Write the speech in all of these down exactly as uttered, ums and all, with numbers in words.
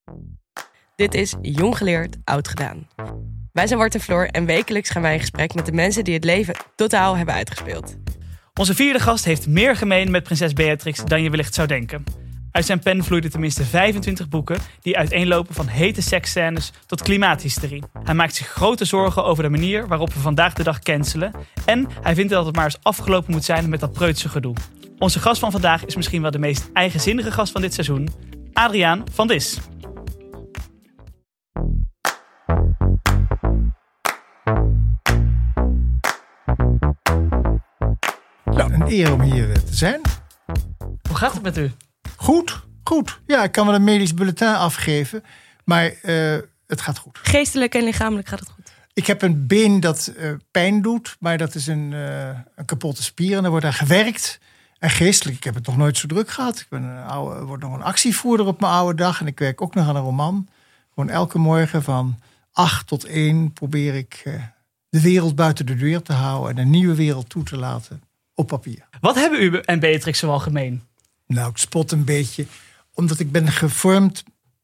Dit is Jong Geleerd, Oud Gedaan. Wij zijn Wart en Floor en wekelijks gaan wij in gesprek met de mensen die het leven totaal hebben uitgespeeld. Onze vierde gast heeft meer gemeen met prinses Beatrix dan je wellicht zou denken. Uit zijn pen vloeiden tenminste vijfentwintig boeken die uiteenlopen van hete seksscènes tot klimaathysterie. Hij maakt zich grote zorgen over de manier waarop we vandaag de dag cancelen. En hij vindt dat het maar eens afgelopen moet zijn met dat preutse gedoe. Onze gast van vandaag is misschien wel de meest eigenzinnige gast van dit seizoen, Adriaan van Dis. Nou, een eer om hier te zijn. Hoe gaat het met u? Goed, goed. Ja, ik kan wel een medisch bulletin afgeven, maar uh, het gaat goed. Geestelijk en lichamelijk gaat het goed? Ik heb een been dat uh, pijn doet, maar dat is een, uh, een kapotte spier en er wordt aan gewerkt. En geestelijk, ik heb het nog nooit zo druk gehad. Ik ben een oude, word nog een actievoerder op mijn oude dag en ik werk ook nog aan een roman. Gewoon elke morgen van acht tot één probeer ik uh, de wereld buiten de deur te houden en een nieuwe wereld toe te laten op papier. Wat hebben u en Beatrix zoal gemeen? Nou, ik spot een beetje, omdat ik ben gevormd,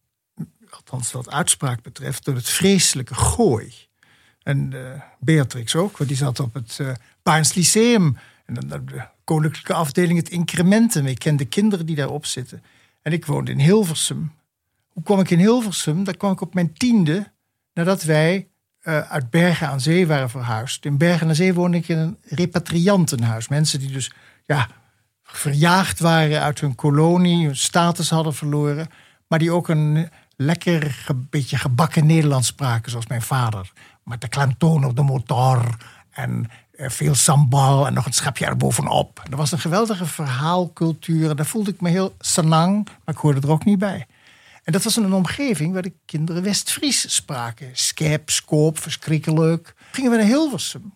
althans wat uitspraak betreft, door het vreselijke gooi. En uh, Beatrix ook, want die zat op het uh, Baarns Lyceum. En dan de koninklijke afdeling, het Incrementum. Ik ken de kinderen die daarop zitten. En ik woonde in Hilversum. Hoe kwam ik in Hilversum? Daar kwam ik op mijn tiende, nadat wij uh, uit Bergen aan Zee waren verhuisd. In Bergen aan Zee woonde ik in een repatriantenhuis. Mensen die dus ja, verjaagd waren uit hun kolonie, hun status hadden verloren, maar die ook een lekker, ge, beetje gebakken Nederlands spraken, zoals mijn vader. Met de klemtoon op de motor en uh, veel sambal en nog een schepje erbovenop. Er was een geweldige verhaalcultuur en daar voelde ik me heel sanang, maar ik hoorde er ook niet bij. En dat was een omgeving waar de kinderen West-Fries spraken. Skep, skoop, verschrikkelijk. Gingen we naar Hilversum.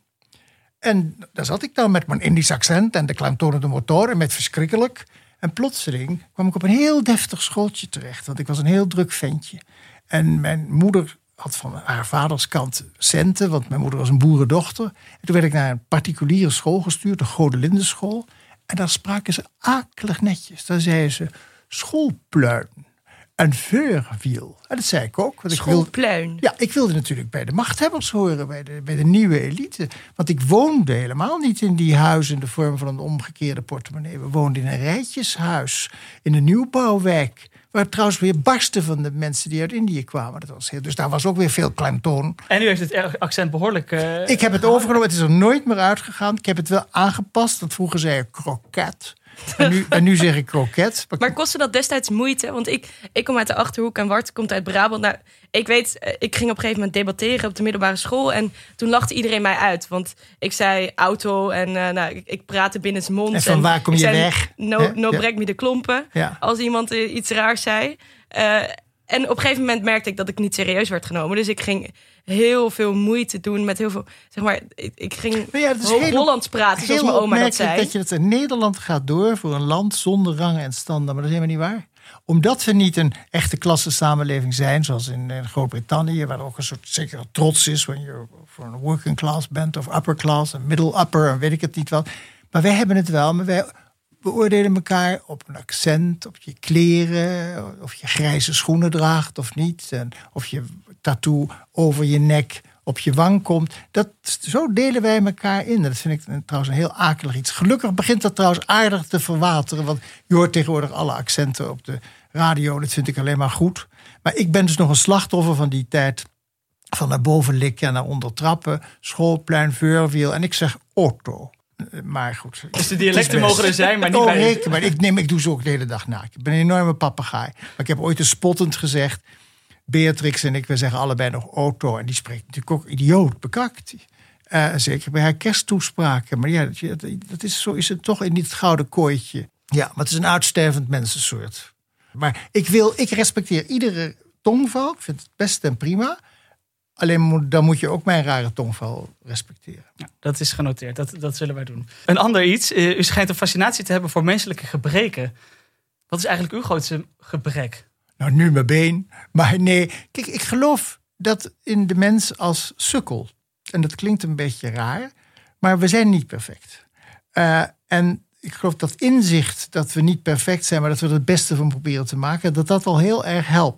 En daar zat ik dan met mijn Indisch accent en de klemtonende motor en met verschrikkelijk. En plotseling kwam ik op een heel deftig schooltje terecht. Want ik was een heel druk ventje. En mijn moeder had van haar vaders kant centen, want mijn moeder was een boerendochter. En toen werd ik naar een particuliere school gestuurd, de Godelindenschool. En daar spraken ze akelig netjes. Daar zeiden ze schoolpluin. Een veurwiel. En dat zei ik ook. Want ik Schoolpluin. wilde, ja, ik wilde natuurlijk bij de machthebbers horen, bij de, bij de nieuwe elite. Want ik woonde helemaal niet in die huis in de vorm van een omgekeerde portemonnee. We woonden in een rijtjeshuis in een nieuwbouwwijk. Waar trouwens weer barsten van de mensen die uit Indië kwamen. Dat was heel, dus daar was ook weer veel klemtoon. En u heeft het accent behoorlijk... Uh, ik heb het overgenomen. Het is er nooit meer uitgegaan. Ik heb het wel aangepast. Want vroeger zei ik kroket. En nu, en nu zeg ik kroket. Maar kostte dat destijds moeite? Want ik, ik kom uit de Achterhoek en Wart komt uit Brabant. Nou, ik weet, ik ging op een gegeven moment debatteren op de middelbare school. En toen lachte iedereen mij uit. Want ik zei auto en uh, nou, ik, ik praatte binnen zijn mond. En van waar kom je zei, weg? No, no ja. brek me de klompen. Ja. Als iemand uh, iets raars zei. Uh, en op een gegeven moment merkte ik dat ik niet serieus werd genomen. Dus ik ging heel veel moeite doen met heel veel... Zeg maar, ik, ik ging nou ja, heel, Hollands praten, zoals mijn oma dat zei. Dat je het in Nederland gaat door voor een land zonder rangen en standen. Maar dat is helemaal niet waar. Omdat we niet een echte klassensamenleving zijn, zoals in Groot-Brittannië, waar er ook een soort zekere trots is wanneer je voor een working class bent of upper class, en middle upper en weet ik het niet wel. Maar wij hebben het wel, maar wij beoordelen elkaar op een accent, op je kleren, of je grijze schoenen draagt of niet, en of je tattoo over je nek op je wang komt. Dat, zo delen wij elkaar in. Dat vind ik trouwens een heel akelig iets. Gelukkig begint dat trouwens aardig te verwateren, want je hoort tegenwoordig alle accenten op de radio. Dat vind ik alleen maar goed. Maar ik ben dus nog een slachtoffer van die tijd van naar boven likken en naar onder trappen, schoolplein, veurwiel. En ik zeg auto. Maar goed. Dus de dialecten mogen er zijn, maar niet oh, bij reken, maar ik, neem, ik doe ze ook de hele dag na. Ik ben een enorme papegaai. Maar ik heb ooit eens spottend gezegd, Beatrix en ik, we zeggen allebei nog auto. En die spreekt natuurlijk ook idioot, bekakt. Uh, zeker bij haar kersttoespraken. Maar ja, dat, dat is, zo is het toch in dit gouden kooitje. Ja, maar het is een uitstervend mensensoort. Maar ik, wil, ik respecteer iedere tongval. Ik vind het best en prima. Alleen moet, dan moet je ook mijn rare tongval respecteren. Ja, dat is genoteerd. Dat, dat zullen wij doen. Een ander iets. U schijnt een fascinatie te hebben voor menselijke gebreken. Wat is eigenlijk uw grootste gebrek? Nou, nu mijn been. Maar nee, kijk, ik geloof dat in de mens als sukkel. En dat klinkt een beetje raar. Maar we zijn niet perfect. Uh, en ik geloof dat inzicht dat we niet perfect zijn, maar dat we er het beste van proberen te maken, dat dat al heel erg helpt.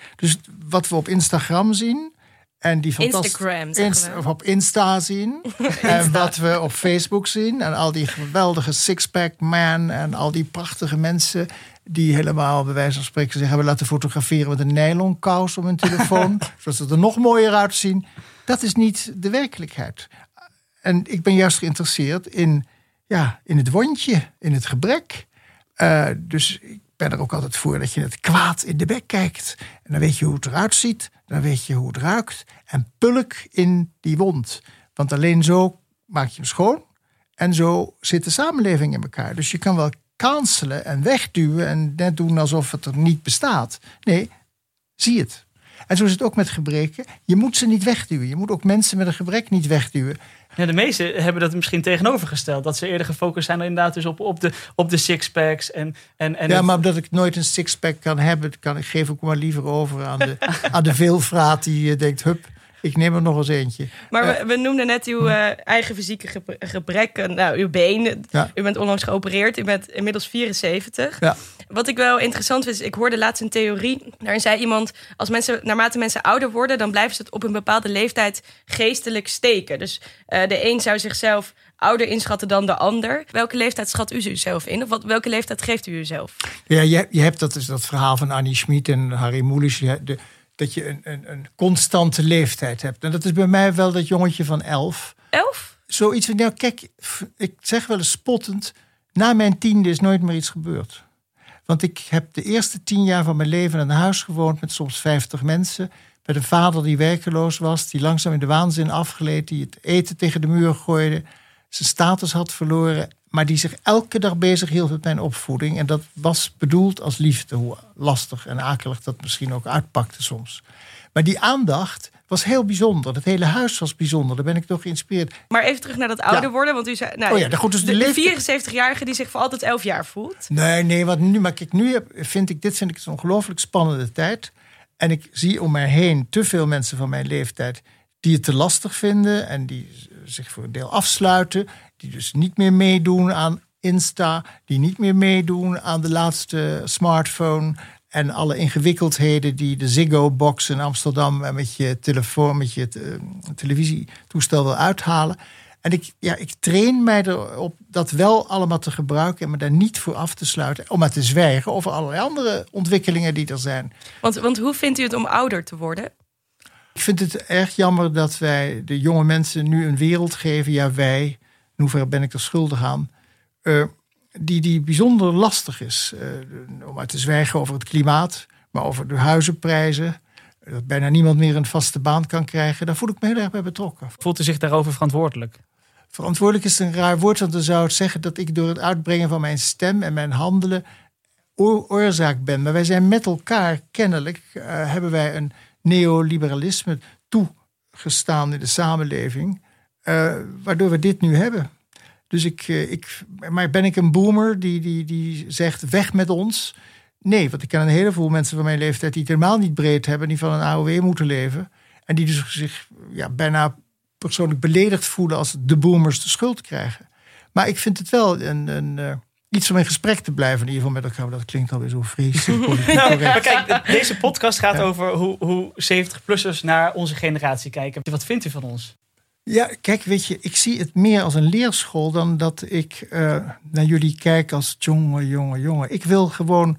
Dus wat we op Instagram zien... En die Instagram, Inst- of op Insta zien. Insta. En wat we op Facebook zien. En al die geweldige sixpack man. En al die prachtige mensen die helemaal bij wijze van spreken zich hebben laten fotograferen met een nylon kous om hun telefoon. Zodat ze er nog mooier uitzien. Dat is niet de werkelijkheid. En ik ben juist geïnteresseerd in, ja, in het wondje, in het gebrek. Uh, dus ik ben er ook altijd voor dat je het kwaad in de bek kijkt. En dan weet je hoe het eruit ziet. Dan weet je hoe het ruikt. En pulk in die wond. Want alleen zo maak je hem schoon. En zo zit de samenleving in elkaar. Dus je kan wel cancelen en wegduwen en net doen alsof het er niet bestaat. Nee, zie het. En zo is het ook met gebreken. Je moet ze niet wegduwen. Je moet ook mensen met een gebrek niet wegduwen. Ja, de meesten hebben dat misschien tegenovergesteld. Dat ze eerder gefocust zijn inderdaad dus op, op, de, op de sixpacks. En, en, en ja, het... maar omdat ik nooit een sixpack kan hebben... kan ik geef ook maar liever over aan de, aan de veelvraat die denkt... hup, ik neem er nog eens eentje. Maar we, we noemden net uw uh, eigen fysieke ge- gebrek. Nou, uw been. Ja. U bent onlangs geopereerd. U bent inmiddels vierenzeventig. Ja. Wat ik wel interessant vind, is... ik hoorde laatst een theorie. Daarin zei iemand... als mensen, naarmate mensen ouder worden... dan blijven ze het op een bepaalde leeftijd geestelijk steken. Dus uh, de een zou zichzelf ouder inschatten dan de ander. Welke leeftijd schat u zichzelf in? Of wat, welke leeftijd geeft u uzelf? Ja, je, je hebt dat, is dat verhaal van Annie Schmid en Harry Mulisch... De, dat je een, een, een constante leeftijd hebt. En dat is bij mij wel dat jongetje van elf. Elf? Zoiets van, nou kijk, ik zeg wel eens spottend... na mijn tiende is nooit meer iets gebeurd. Want ik heb de eerste tien jaar van mijn leven in een huis gewoond... met soms vijftig mensen. Met een vader die werkeloos was... die langzaam in de waanzin afgleed... die het eten tegen de muur gooide... zijn status had verloren... maar die zich elke dag bezig hield met mijn opvoeding. En dat was bedoeld als liefde. Hoe lastig en akelig dat misschien ook uitpakte soms. Maar die aandacht was heel bijzonder. Het hele huis was bijzonder. Daar ben ik toch geïnspireerd. Maar even terug naar dat ouder ja. worden. Want u zei, nou, oh ja, goed, dus de, de, leeftijd... de vierenzeventig-jarige die zich voor altijd elf jaar voelt. Nee, nee, want nu, maar kijk, nu vind ik dit vind ik een ongelooflijk spannende tijd. En ik zie om mij heen te veel mensen van mijn leeftijd... die het te lastig vinden en die zich voor een deel afsluiten... die dus niet meer meedoen aan Insta... die niet meer meedoen aan de laatste smartphone... en alle ingewikkeldheden die de Ziggo-box in Amsterdam... met je telefoon, met je te, televisietoestel wil uithalen. En ik, ja, ik train mij erop dat wel allemaal te gebruiken... en me daar niet voor af te sluiten... om maar te zwijgen over allerlei andere ontwikkelingen die er zijn. Want, want hoe vindt u het om ouder te worden? Ik vind het erg jammer dat wij de jonge mensen nu een wereld geven... ja, wij, in hoeverre ben ik er schuldig aan... Uh, die, die bijzonder lastig is. Uh, om maar te zwijgen over het klimaat... maar over de huizenprijzen... dat bijna niemand meer een vaste baan kan krijgen... daar voel ik me heel erg bij betrokken. Voelt u zich daarover verantwoordelijk? Verantwoordelijk is een raar woord... want dan zou het zeggen dat ik door het uitbrengen van mijn stem... en mijn handelen oor- oorzaak ben. Maar wij zijn met elkaar kennelijk... Uh, hebben wij een neoliberalisme toegestaan in de samenleving... Uh, waardoor we dit nu hebben. Dus ik, uh, ik, maar ben ik een boomer die, die, die zegt weg met ons? Nee, want ik ken een heleboel mensen van mijn leeftijd... die het helemaal niet breed hebben, die van een A O W moeten leven... en die dus zich ja, bijna persoonlijk beledigd voelen... als de boomers de schuld krijgen. Maar ik vind het wel een... een uh, iets om in gesprek te blijven in ieder geval met elkaar. Dat klinkt alweer zo vreselijk politiek nou, correct. maar kijk, deze podcast gaat ja. over hoe, hoe zeventig-plussers naar onze generatie kijken. Wat vindt u van ons? Ja, kijk, weet je, ik zie het meer als een leerschool... dan dat ik uh, naar jullie kijk als jongen, jongen, jongen. Ik wil gewoon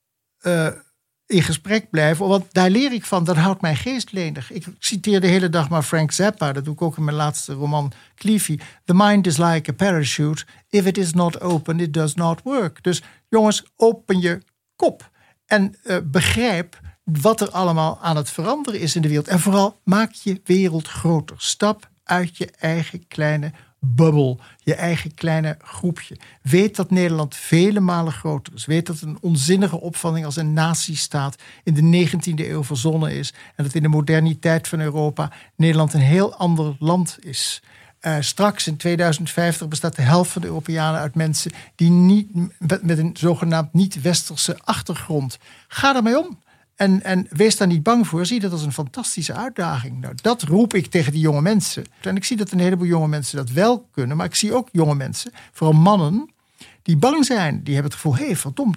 uh, in gesprek blijven. Want daar leer ik van, dat houdt mijn geest lenig. Ik citeer de hele dag maar Frank Zappa. Dat doe ik ook in mijn laatste roman Cleefy. The mind is like a parachute. If it is not open, it does not work. Dus jongens, open je kop. En uh, begrijp wat er allemaal aan het veranderen is in de wereld. En vooral, maak je wereld groter. Stap uit je eigen kleine bubbel. Je eigen kleine groepje. Weet dat Nederland vele malen groter is. Weet dat het een onzinnige opvatting als een natiestaat in de negentiende eeuw verzonnen is. En dat in de moderniteit van Europa Nederland een heel ander land is. Uh, straks in tweeduizend vijftig bestaat de helft van de Europeanen uit mensen die niet met een zogenaamd niet-westerse achtergrond. Ga ermee om. En, en wees daar niet bang voor. Zie dat als een fantastische uitdaging. Nou, dat roep ik tegen die jonge mensen. En ik zie dat een heleboel jonge mensen dat wel kunnen. Maar ik zie ook jonge mensen, vooral mannen, die bang zijn. Die hebben het gevoel, hé, hey, verdomd.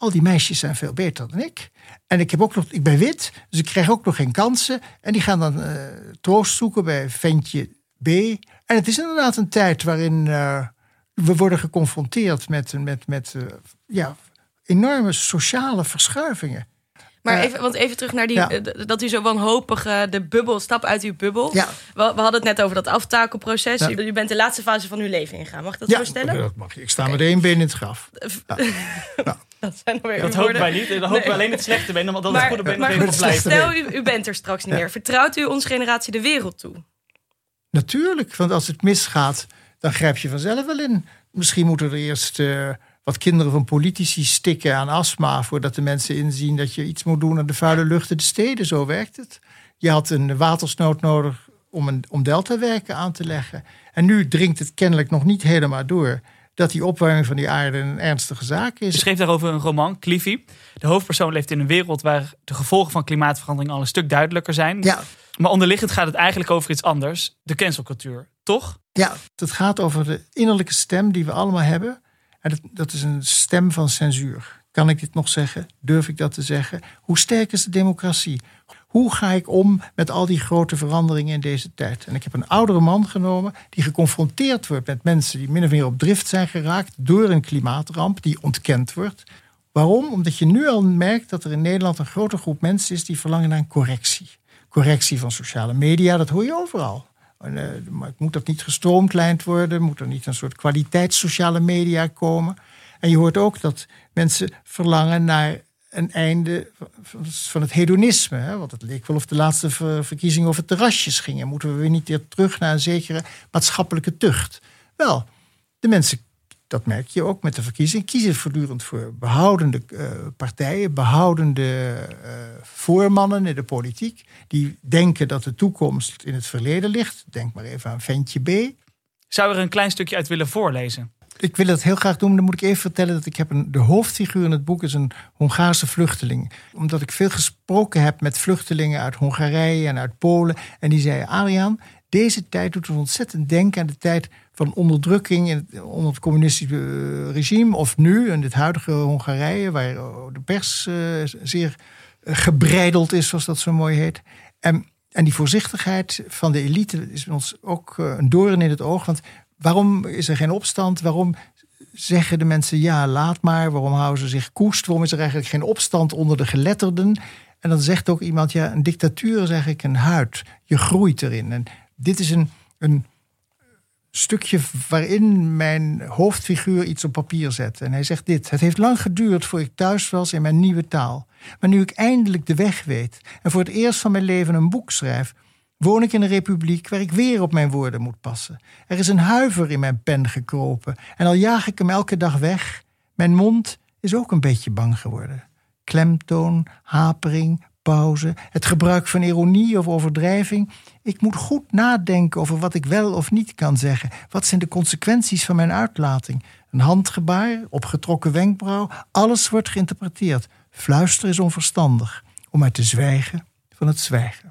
al die meisjes zijn veel beter dan ik. En ik, heb ook nog, ik ben wit, dus ik krijg ook nog geen kansen. En die gaan dan uh, troost zoeken bij ventje B. En het is inderdaad een tijd waarin uh, we worden geconfronteerd met, met, met uh, ja, enorme sociale verschuivingen. Maar even, want even terug naar die, ja. dat u zo wanhopig uh, de bubbel, stap uit uw bubbel. Ja. We, we hadden het net over dat aftakelproces. Ja. U, u bent de laatste fase van uw leven ingegaan. Mag ik dat ja, zo stellen? Ja, dat mag je. Ik sta okay. met één been in het graf. Ja. Ja. Dat zijn weer dat hopen wij niet. Dan hopen nee. we alleen het slechte been, omdat maar, het goede been nog even blijft. Stel, u, u bent er straks niet ja. meer. Vertrouwt u onze generatie de wereld toe? Natuurlijk, want als het misgaat, dan grijp je vanzelf wel in. Misschien moeten er eerst uh, wat kinderen van politici stikken aan astma, voordat de mensen inzien dat je iets moet doen aan de vuile lucht in de steden. Zo werkt het. Je had een watersnood nodig om, een, om deltawerken aan te leggen. En nu dringt het kennelijk nog niet helemaal door dat die opwarming van die aarde een ernstige zaak is. Je schreef daarover een roman, Cliffy. De hoofdpersoon leeft in een wereld waar de gevolgen van klimaatverandering al een stuk duidelijker zijn. Ja. Maar onderliggend gaat het eigenlijk over iets anders. De cancelcultuur, toch? Ja, het gaat over de innerlijke stem die we allemaal hebben. En dat, dat is een stem van censuur. Kan ik dit nog zeggen? Durf ik dat te zeggen? Hoe sterk is de democratie? Hoe ga ik om met al die grote veranderingen in deze tijd? En ik heb een oudere man genomen die geconfronteerd wordt met mensen die min of meer op drift zijn geraakt door een klimaatramp die ontkend wordt. Waarom? Omdat je nu al merkt dat er in Nederland een grote groep mensen is die verlangen naar een correctie. Correctie van sociale media, dat hoor je overal. Uh, maar moet dat niet gestroomlijnd worden? Moet er niet een soort kwaliteitssociale media komen? En je hoort ook dat mensen verlangen naar een einde van het hedonisme. Hè? Want het leek wel of de laatste verkiezingen over terrasjes gingen. Moeten we weer niet weer terug naar een zekere maatschappelijke tucht? Wel, de mensen, dat merk je ook met de verkiezingen, kiezen voortdurend voor behoudende uh, partijen, behoudende uh, voormannen in de politiek, die denken dat de toekomst in het verleden ligt. Denk maar even aan ventje B. Zou er een klein stukje uit willen voorlezen? Ik wil dat heel graag doen, maar dan moet ik even vertellen dat ik heb een, de hoofdfiguur in het boek is een Hongaarse vluchteling. Omdat ik veel gesproken heb met vluchtelingen uit Hongarije en uit Polen. En die zeiden, Adriaan, deze tijd doet ons ontzettend denken aan de tijd van onderdrukking in het, onder het communistische regime. Of nu, in dit huidige Hongarije, waar de pers uh, zeer uh, gebreideld is, zoals dat zo mooi heet. En, en die voorzichtigheid van de elite is ons ook uh, een doorn in het oog. Want waarom is er geen opstand? Waarom zeggen de mensen ja, laat maar? Waarom houden ze zich koest? Waarom is er eigenlijk geen opstand onder de geletterden? En dan zegt ook iemand, ja, een dictatuur is eigenlijk een huid. Je groeit erin. En dit is een, een stukje waarin mijn hoofdfiguur iets op papier zet. En hij zegt dit: het heeft lang geduurd voor ik thuis was in mijn nieuwe taal. Maar nu ik eindelijk de weg weet en voor het eerst van mijn leven een boek schrijf, woon ik in een republiek waar ik weer op mijn woorden moet passen. Er is een huiver in mijn pen gekropen en al jaag ik hem elke dag weg. Mijn mond is ook een beetje bang geworden. Klemtoon, hapering, pauze, het gebruik van ironie of overdrijving. Ik moet goed nadenken over wat ik wel of niet kan zeggen. Wat zijn de consequenties van mijn uitlating? Een handgebaar, opgetrokken wenkbrauw, alles wordt geïnterpreteerd. Fluisteren is onverstandig, om maar te zwijgen van het zwijgen.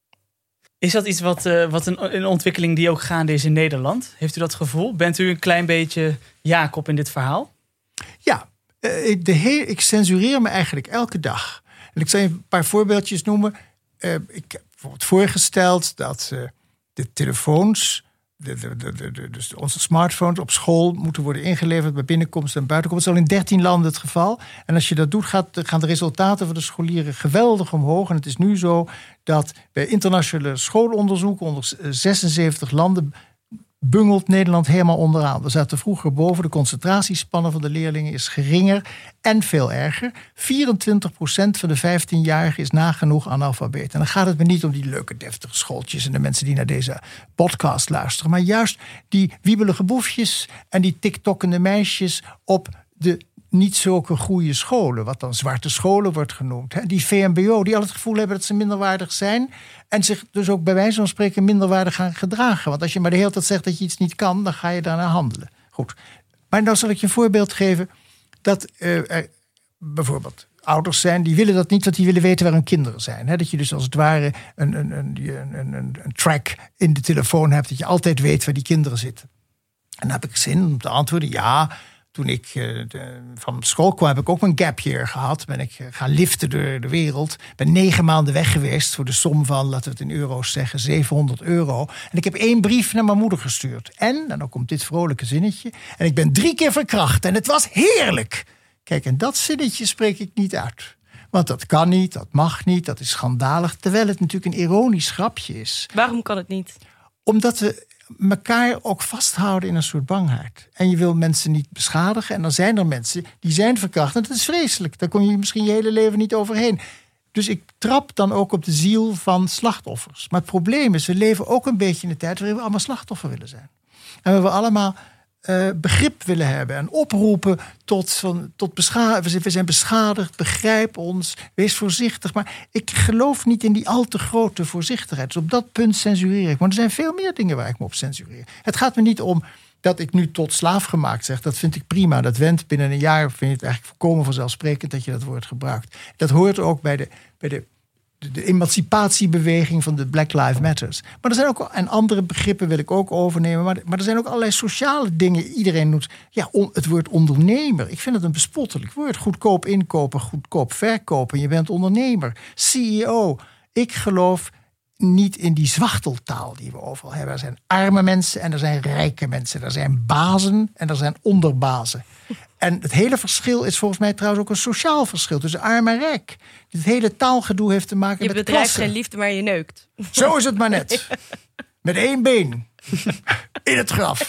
Is dat iets wat, uh, wat een, een ontwikkeling die ook gaande is in Nederland? Heeft u dat gevoel? Bent u een klein beetje Jacob in dit verhaal? Ja, uh, de heer, ik censureer me eigenlijk elke dag. En ik zal je een paar voorbeeldjes noemen. Uh, ik heb bijvoorbeeld voorgesteld dat uh, de telefoons, de, de, de, de, dus onze smartphones op school moeten worden ingeleverd bij binnenkomst en buitenkomst. Dat is al in dertien landen het geval. En als je dat doet, gaat, gaan de resultaten van de scholieren geweldig omhoog. En het is nu zo dat bij internationale schoolonderzoek onder zesenzeventig landen bungelt Nederland helemaal onderaan. We zaten vroeger boven. De concentratiespannen van de leerlingen is geringer en veel erger. vierentwintig procent van de vijftienjarigen is nagenoeg analfabeet. En dan gaat het me niet om die leuke deftige schooltjes en de mensen die naar deze podcast luisteren, maar juist die wiebelige boefjes en die tiktokkende meisjes op de niet zulke goede scholen, wat dan zwarte scholen wordt genoemd. Die V M B O, die al het gevoel hebben dat ze minderwaardig zijn en zich dus ook bij wijze van spreken minderwaardig gaan gedragen. Want als je maar de hele tijd zegt dat je iets niet kan, dan ga je daarna handelen. Goed. Maar nou zal ik je een voorbeeld geven dat uh, er bijvoorbeeld ouders zijn die willen dat niet, want die willen weten waar hun kinderen zijn. He, dat je dus als het ware een, een, een, een, een, een track in de telefoon hebt, dat je altijd weet waar die kinderen zitten. En dan heb ik zin om te antwoorden, ja, toen ik uh, de, van school kwam, heb ik ook een gap year gehad. Ben ik uh, gaan liften door de wereld. Ben negen maanden weg geweest voor de som van, laten we het in euro's zeggen, zevenhonderd euro. En ik heb één brief naar mijn moeder gestuurd. En, en dan komt dit vrolijke zinnetje. En ik ben drie keer verkracht en het was heerlijk. Kijk, en dat zinnetje spreek ik niet uit. Want dat kan niet, dat mag niet, dat is schandalig. Terwijl het natuurlijk een ironisch grapje is. Waarom kan het niet? Omdat we elkaar ook vasthouden in een soort bangheid. En je wil mensen niet beschadigen. En dan zijn er mensen die zijn verkracht. En dat is vreselijk. Daar kom je misschien je hele leven niet overheen. Dus ik trap dan ook op de ziel van slachtoffers. Maar het probleem is, we leven ook een beetje in een tijd waarin we allemaal slachtoffer willen zijn. En waar we allemaal uh, begrip willen hebben. En oproepen tot, van, tot beschadigd. We zijn beschadigd, begrijp ons, wees voorzichtig. Maar ik geloof niet in die al te grote voorzichtigheid. Dus op dat punt censureer ik. Maar er zijn veel meer dingen waar ik me op censureer. Het gaat me niet om dat ik nu tot slaaf gemaakt zeg. Dat vind ik prima. Dat went binnen een jaar. Vind je het eigenlijk volkomen vanzelfsprekend dat je dat woord gebruikt. Dat hoort ook bij de, bij de De, de emancipatiebeweging van de Black Lives Matters. Maar er zijn ook, en andere begrippen wil ik ook overnemen. Maar, maar er zijn ook allerlei sociale dingen. Iedereen noemt ja, on, het woord ondernemer. Ik vind het een bespottelijk woord. Goedkoop inkopen, goedkoop verkopen. Je bent ondernemer, C E O. Ik geloof niet in die zwachteltaal die we overal hebben. Er zijn arme mensen en er zijn rijke mensen. Er zijn bazen en er zijn onderbazen. En het hele verschil is volgens mij trouwens ook een sociaal verschil tussen arm en rijk. Dit hele taalgedoe heeft te maken je met bedrijft klassen. geen liefde, maar je neukt. Zo is het maar net. Met één been. In het graf.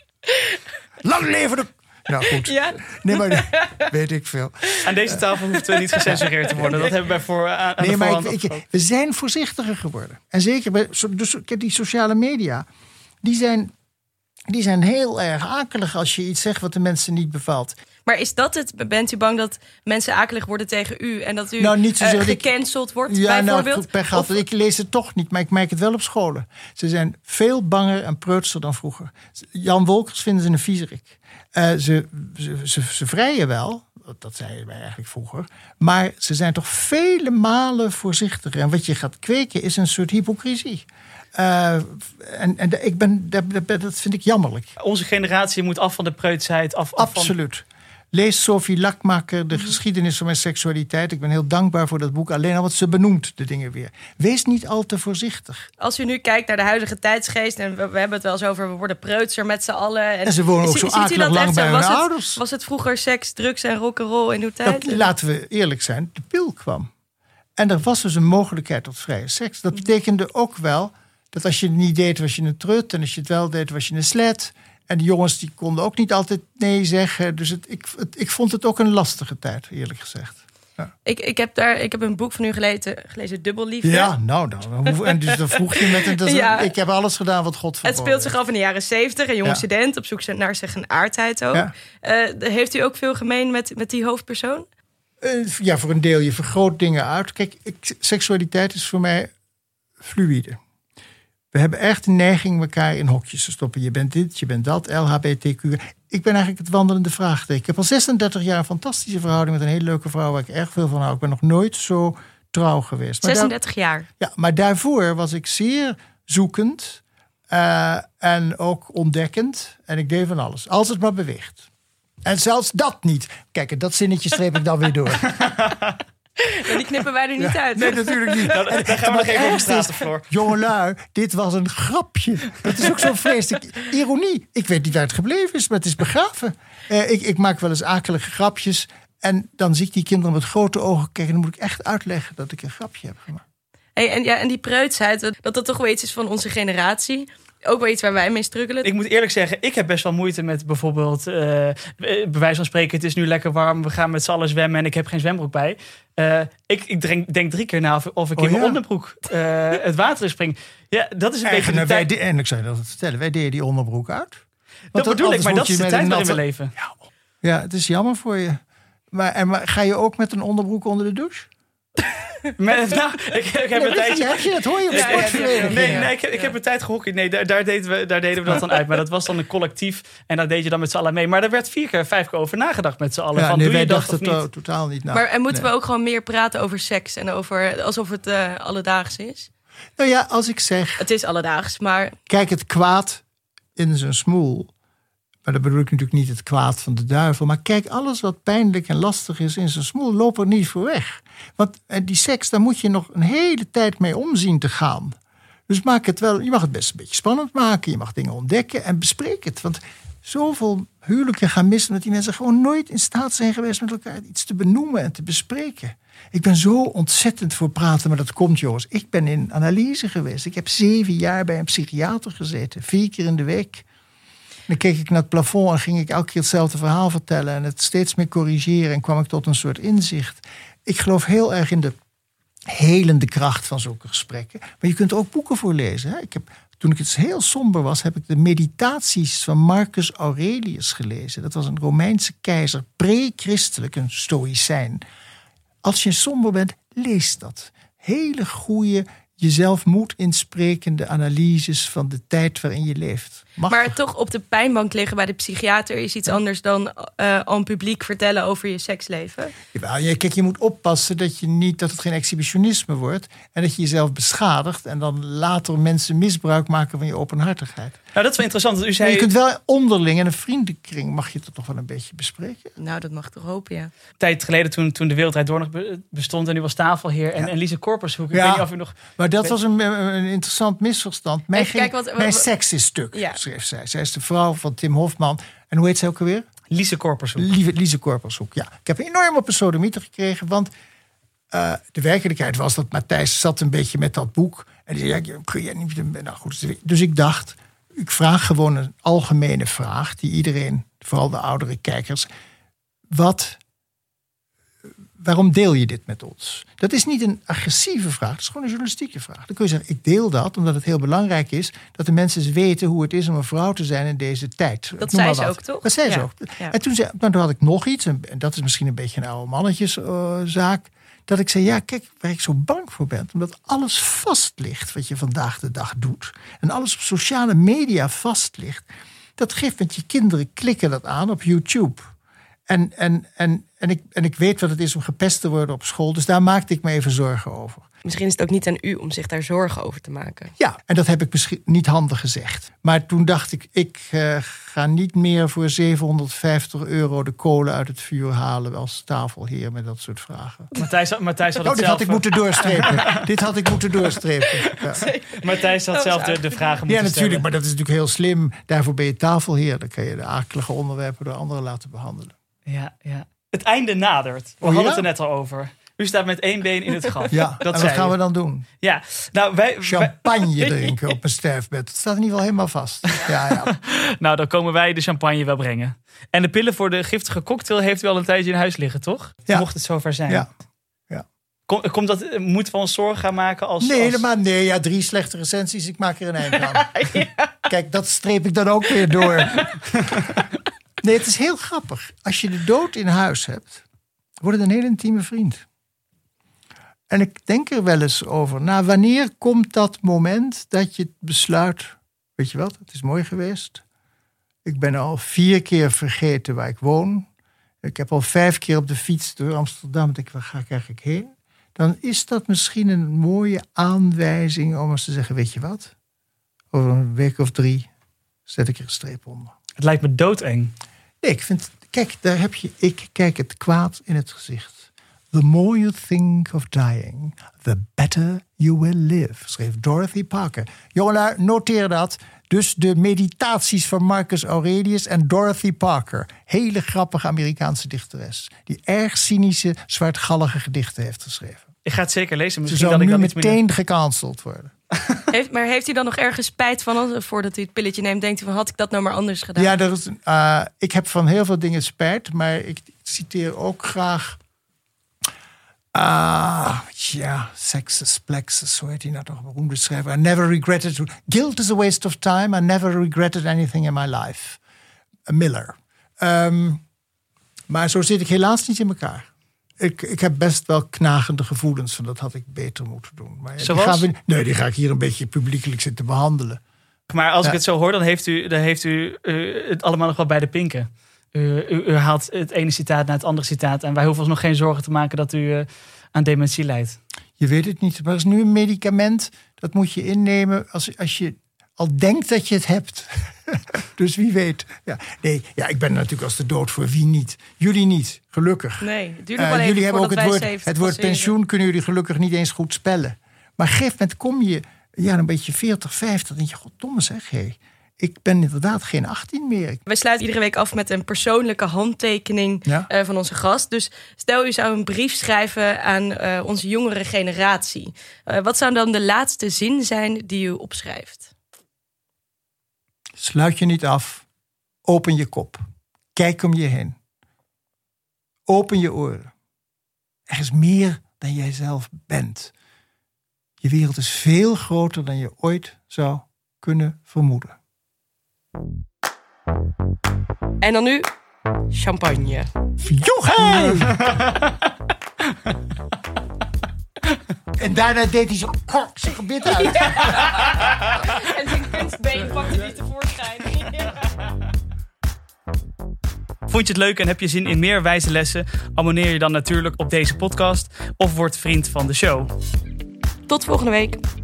Lang leven de... Nou goed. Ja. Nee, maar weet ik veel. Aan deze tafel hoeft we niet gecensureerd te worden. Dat hebben wij voor aan Nee, de maar voorhand ik, ik, we zijn voorzichtiger geworden. En zeker bij dus, die sociale media. Die zijn, die zijn heel erg akelig als je iets zegt wat de mensen niet bevalt. Maar is dat het? Bent u bang dat mensen akelig worden tegen u en dat u nou, niet zozeer uh, ik- gecanceld wordt, Ja, bijvoorbeeld? nou, pech gehad. Of- Ik lees het toch niet, maar ik merk het wel op scholen. Ze zijn veel banger en preutser dan vroeger. Jan Wolkers vinden ze een viezerik. Uh, ze, ze, ze, ze vrijen wel, dat zeiden wij eigenlijk vroeger. Maar ze zijn toch vele malen voorzichtiger. En wat je gaat kweken is een soort hypocrisie. Uh, en en ik ben, dat, dat vind ik jammerlijk. Onze generatie moet af van de preutsheid. Af, af van... Absoluut. Lees Sophie Lakmaker, de geschiedenis van mijn seksualiteit. Ik ben heel dankbaar voor dat boek. Alleen al wat ze benoemt de dingen weer. Wees niet al te voorzichtig. Als u nu kijkt naar de huidige tijdsgeest, en we, we hebben het wel eens over, we worden preutser met z'n allen. En ze wonen ook zie- zo ziet u akelig dat lang echt bij zo? hun Was het, ouders. was het vroeger seks, drugs en rock'n'roll in uw tijd? Dat, laten we eerlijk zijn, de pil kwam. En er was dus een mogelijkheid tot vrije seks. Dat betekende ook wel dat als je het niet deed, was je een trut. En als je het wel deed, was je een slet. En de jongens die konden ook niet altijd nee zeggen. Dus het, ik, het, ik vond het ook een lastige tijd, eerlijk gezegd. Ja, Ik, ik, heb daar, ik heb een boek van u gelezen, gelezen Dubbelliefde. ja nou, nou hoe- en dus dan vroeg je met een... dat is- Ja. Ik heb alles gedaan wat God Het verboden speelt zich heeft. af in de jaren zeventig. Een jonge Ja. student op zoek naar zijn geaardheid ook. Ja. Uh, heeft u ook veel gemeen met, met die hoofdpersoon? Uh, ja, voor een deel. Je vergroot dingen uit. Kijk, ik, seksualiteit is voor mij fluïde. We hebben echt de neiging elkaar in hokjes te stoppen. Je bent dit, je bent dat, L H B T Q. Ik ben eigenlijk het wandelende vraagteken. Ik heb al zesendertig jaar een fantastische verhouding met een hele leuke vrouw waar ik erg veel van hou. Ik ben nog nooit zo trouw geweest. Maar daar- zesendertig jaar. ja, maar daarvoor was ik zeer zoekend uh, en ook ontdekkend. En ik deed van alles. Als het maar beweegt. En zelfs dat niet. Kijk, en dat zinnetje streep ik dan weer door. Maar die knippen wij er niet uit. Nee, natuurlijk niet. Nou, dan gaan we nog even op de stratenvloer. Jongelui, dit was een grapje. Dat is ook zo vreselijk. Ironie. Ik weet niet waar het gebleven is, maar het is begraven. Uh, ik, ik maak wel eens akelige grapjes. En dan zie ik die kinderen met grote ogen kijken. Dan moet ik echt uitleggen dat ik een grapje heb gemaakt. Hey, en, ja, en die preutsheid, dat dat toch wel iets is van onze generatie. Ook wel iets waar wij mee struggelen. Ik moet eerlijk zeggen, ik heb best wel moeite met bijvoorbeeld... Uh, bij wijze van spreken, het is nu lekker warm. We gaan met z'n allen zwemmen en ik heb geen zwembroek bij. Uh, ik ik denk, denk drie keer na of, of ik Oh, in mijn ja? onderbroek uh, het water in spring. Ja, dat is een beetje de En, wij, tijd... en ik zou je dat vertellen, wij deden die onderbroek uit. Want Dat bedoel ik, anders maar moet dat is je de met tijd een waarin we natte- leven. Ja, het is jammer voor je. Maar, en, maar ga je ook met een onderbroek onder de douche? Met, nou, ik, ik heb Nee, een weet tijdje... je, heb je dat hoor je op Ja, ja, ja, sportverenigingen. nee, nee, ik, heb- ik heb een tijd gehockeyd. Nee, daar, daar, deden we, daar deden we dat dan uit. Maar dat was dan een collectief. En daar deed je dan met z'n allen mee. Maar daar werd vier keer, vijf keer over nagedacht met z'n allen. Ja, van, nee, doe wij je dat dachten of niet? to- totaal niet na. maar en moeten Nee. we ook gewoon meer praten over seks en over alsof het uh, alledaags is? Nou ja, als ik zeg, Het is alledaags, maar kijk het kwaad in zijn smoel. Maar dat bedoel ik natuurlijk niet het kwaad van de duivel. Maar kijk, alles wat pijnlijk en lastig is in zijn smoel, loop er niet voor weg. Want die seks, daar moet je nog een hele tijd mee omzien te gaan. Dus maak het wel, je mag het best een beetje spannend maken. Je mag dingen ontdekken en bespreek het. Want zoveel huwelijken gaan mis omdat die mensen gewoon nooit in staat zijn geweest met elkaar iets te benoemen en te bespreken. Ik ben zo ontzettend voor praten, maar dat komt, jongens. Ik ben in analyse geweest. Ik heb zeven jaar bij een psychiater gezeten. Vier keer in de week. Dan keek ik naar het plafond en ging ik elke keer hetzelfde verhaal vertellen. En het steeds meer corrigeren. En kwam ik tot een soort inzicht. Ik geloof heel erg in de helende kracht van zulke gesprekken. Maar je kunt er ook boeken voor lezen. Hè? Ik heb, toen ik het heel somber was, heb ik de meditaties van Marcus Aurelius gelezen. Dat was een Romeinse keizer, pre-christelijk, een stoïcijn. Als je somber bent, lees dat. Hele goede, jezelf moed insprekende analyses van de tijd waarin je leeft. Mag maar toch? toch op de pijnbank liggen bij de psychiater is iets anders dan uh, aan publiek vertellen over je seksleven. Jawel, je, kijk, je moet oppassen dat, je niet, dat het geen exhibitionisme wordt. En dat je jezelf beschadigt en dan later mensen misbruik maken van je openhartigheid. Nou, dat is wel interessant. Want u zei... Maar je kunt wel onderling in een vriendenkring mag je het toch wel een beetje bespreken. Nou, dat mag toch hopen, ja. Een tijd geleden toen, toen de Wereldrijd Door nog bestond en u was tafelheer en, Ja. en Lise Korpershoek. Ik Ja, weet niet of u nog... maar dat was een, een interessant misverstand. Mijn, Even kijken, wat- mijn wat- seks is stuk, Ja. schreef zij. Zij is de vrouw van Tim Hofman. En hoe heet zij ook alweer? Lise Korpershoek. Lieve, Lise Korpershoek, ja. Ik heb enorm op een sodemieter gekregen, want uh, de werkelijkheid was dat Matthijs zat een beetje met dat boek. En die zei, ja, kun jij niet... Nou goed, dus ik dacht, ik vraag gewoon een algemene vraag die iedereen, vooral de oudere kijkers, wat... Waarom deel je dit met ons? Dat is niet een agressieve vraag, dat is gewoon een journalistieke vraag. Dan kun je zeggen, ik deel dat omdat het heel belangrijk is dat de mensen eens weten hoe het is om een vrouw te zijn in deze tijd. Dat Noem zei maar ze wat. ook, toch? Dat zei ze Ja. ook. Ja. En toen, zei, nou, toen had ik nog iets, en dat is misschien een beetje een oude mannetjeszaak, dat ik zei, ja, kijk, waar ik zo bang voor ben, omdat alles vast ligt wat je vandaag de dag doet. En alles op sociale media vast ligt. Dat geeft met je kinderen klikken dat aan op YouTube. En, en, en, en, ik, en ik weet wat het is om gepest te worden op school. Dus daar maakte ik me even zorgen over. Misschien is het ook niet aan u om zich daar zorgen over te maken. Ja, en dat heb ik misschien niet handig gezegd. Maar toen dacht ik, ik uh, ga niet meer voor zevenhonderdvijftig euro de kolen uit het vuur halen als tafelheer met dat soort vragen. Matthijs, Matthijs had Oh, het dit zelf... had ik moeten doorstrepen. dit had ik moeten doorstrepen. Ja, Matthijs had Dat zelf was de, de vragen ja moeten natuurlijk, stellen. maar dat is natuurlijk heel slim. Daarvoor ben je tafelheer. Dan kan je de akelige onderwerpen door anderen laten behandelen. Ja, ja. Het einde nadert. We Oh, ja? hadden het er net al over. U staat met één been in het graf. Ja, dat en wat zei gaan u. we dan doen? Ja, nou, wij, wij- Champagne drinken op een sterfbed. Dat staat in ieder geval helemaal vast. Ja, ja. nou, dan komen wij de champagne wel brengen. En de pillen voor de giftige cocktail heeft u al een tijdje in huis liggen, toch? Ja. Mocht het zover zijn. ja. Kom, komt dat, moeten we ons zorgen gaan maken als... Nee, als... maar nee, ja, drie slechte recensies. Ik maak er een eind aan. Kijk, dat streep ik dan ook weer door. Nee, het is heel grappig. Als je de dood in huis hebt, wordt het een heel intieme vriend. En ik denk er wel eens over. Nou, wanneer komt dat moment dat je besluit... Weet je wat, het is mooi geweest. Ik ben al vier keer vergeten waar ik woon. Ik heb al vijf keer op de fiets door Amsterdam. Ik denk, waar ga ik eigenlijk heen? Dan is dat misschien een mooie aanwijzing om eens te zeggen... Weet je wat, over een week of drie zet ik er een streep onder. Het lijkt me doodeng. Nee, ik vind... Kijk, daar heb je... Ik kijk het kwaad in het gezicht. The more you think of dying, the better you will live, schreef Dorothy Parker. Jongelui, noteer dat. Dus de meditaties van Marcus Aurelius en Dorothy Parker. Hele grappige Amerikaanse dichteres. Die erg cynische, zwartgallige gedichten heeft geschreven. Ik ga het zeker lezen. Ze Misschien zou dat ik nu dan iets meteen minder... gecanceld worden. Heeft, maar heeft u dan nog ergens spijt van als- voordat u het pilletje neemt? Denkt u van, had ik dat nou maar anders gedaan? Ja, er is, uh, ik heb van heel veel dingen spijt, maar ik citeer ook graag... Ah, ja, Sextus Plexus, zo heet hij nou toch, beroemde schrijver. I never regretted... Guilt is a waste of time. I never regretted anything in my life. Miller. Um, maar zo zit ik helaas niet in elkaar. Ik, ik heb best wel knagende gevoelens van dat had ik beter moeten doen. Maar die Zoals? gaan we, nee, die ga ik hier een beetje publiekelijk zitten behandelen. Maar als ik Ja. het zo hoor, dan heeft u, dan heeft u uh, het allemaal nog wel bij de pinken. U, u, u haalt het ene citaat naar het andere citaat. En wij hoeven ons nog geen zorgen te maken dat u uh, aan dementie lijdt. Je weet het niet, maar er is nu een medicament, dat moet je innemen als, als je al denkt dat je het hebt. Dus wie weet. Ja, nee, ja, ik ben natuurlijk als de dood voor wie niet. Jullie niet, gelukkig. Nee, het duurt nog wel uh, even jullie hebben ook het woord, het woord passeren. pensioen kunnen jullie gelukkig niet eens goed spellen. Maar op een gegeven moment kom je ja, een beetje veertig, vijftig. Dan denk je, goddomme zeg, hé. Ik ben inderdaad geen achttien meer. Wij sluiten iedere week af met een persoonlijke handtekening Ja. uh, van onze gast. Dus stel u zou een brief schrijven aan uh, onze jongere generatie. Uh, wat zou dan de laatste zin zijn die u opschrijft? Sluit je niet af. Open je kop. Kijk om je heen. Open je oren. Er is meer dan jij zelf bent. Je wereld is veel groter dan je ooit zou kunnen vermoeden. En dan nu champagne. Jochen! En daarna deed hij zo kok, zijn gebit uit. Ja. En zijn kunstbeen pakte hij tevoorschijn. Ja. Vond je het leuk en heb je zin in meer wijze lessen? Abonneer je dan natuurlijk op deze podcast of word vriend van de show. Tot volgende week.